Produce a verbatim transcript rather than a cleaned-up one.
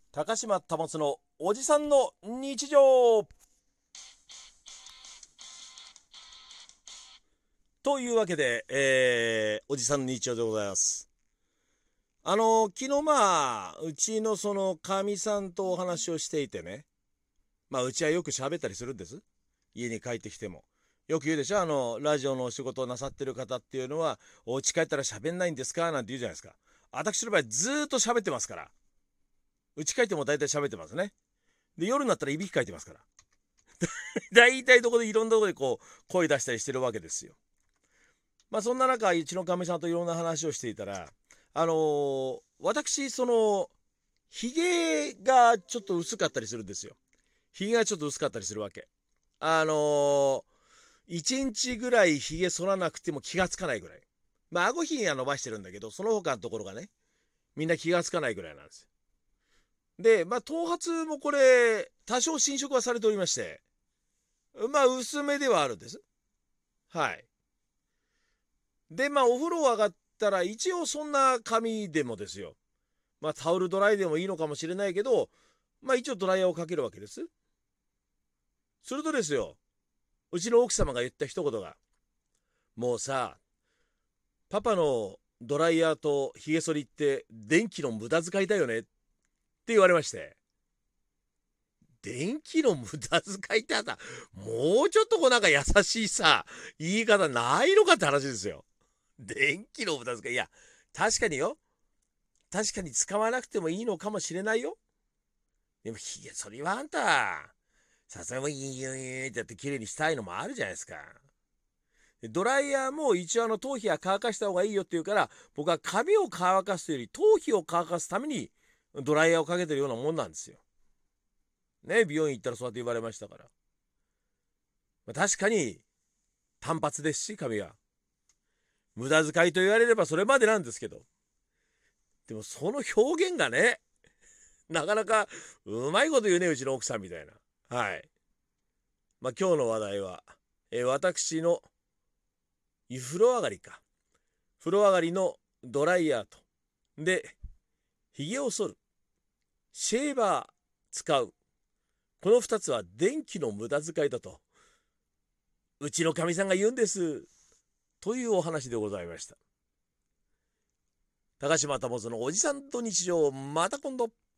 高島保のおじさんの日常というわけで、えー、おじさんの日常でございます。あの昨日まあうちのそのかみさんとお話をしていてね、まあうちはよく喋ったりするんです。家に帰ってきてもよく言うでしょ。あのラジオのお仕事をなさってる方っていうのは、お家帰ったら喋んないんですかなんて言うじゃないですか。私の場合ずーっと喋ってますから、うち帰っても大体喋ってますね。で夜になったらいびきかいてますから、大体どこでいろんなとこでこう声出したりしてるわけですよ。まあそんな中、うちのかみさんといろんな話をしていたら、あのー私そのひげがちょっと薄かったりするんですよ。ひげがちょっと薄かったりするわけ。あのー、いちにちぐらいひげ剃らなくても気がつかないぐらい。まあ顎ひげは伸ばしてるんだけど、その他のところがね、みんな気がつかないぐらいなんですよ。でまあ頭髪もこれ多少侵食はされておりまして、まあ薄めではあるんです。はい。でまあお風呂上がったら一応そんな髪でもですよ、まあタオルドライでもいいのかもしれないけど、まあ一応ドライヤーをかけるわけです。するとですよ、うちの奥様が言った一言が、もうさ、パパのドライヤーとヒゲ剃りって電気の無駄遣いだよねって言われまして、電気の無駄遣いってあったら、もうちょっとこうなんか優しいさ、言い方ないのかって話ですよ。電気の無駄遣い。いや、確かによ。確かに使わなくてもいいのかもしれないよ。でも、ひげ剃りはあんた、さすがにギンギンギンってやって綺麗にしたいのもあるじゃないですか。ドライヤーも一応あの頭皮は乾かした方がいいよって言うから、僕は髪を乾かすより頭皮を乾かすためにドライヤーをかけてるようなもんなんですよ。ね、美容院行ったらそうやって言われましたから。まあ、確かに単発ですし、髪は。無駄遣いと言われればそれまでなんですけど。でもその表現がね、なかなかうまいこと言うね、うちの奥さんみたいな。はい。まあ今日の話題は、えー私の風呂上がりか。風呂上がりのドライヤーと。で、髭を剃る。シェーバー使う。この二つは電気の無駄遣いだと、うちのかみさんが言うんです。というお話でございました。高島保のおじさんと日常、また今度。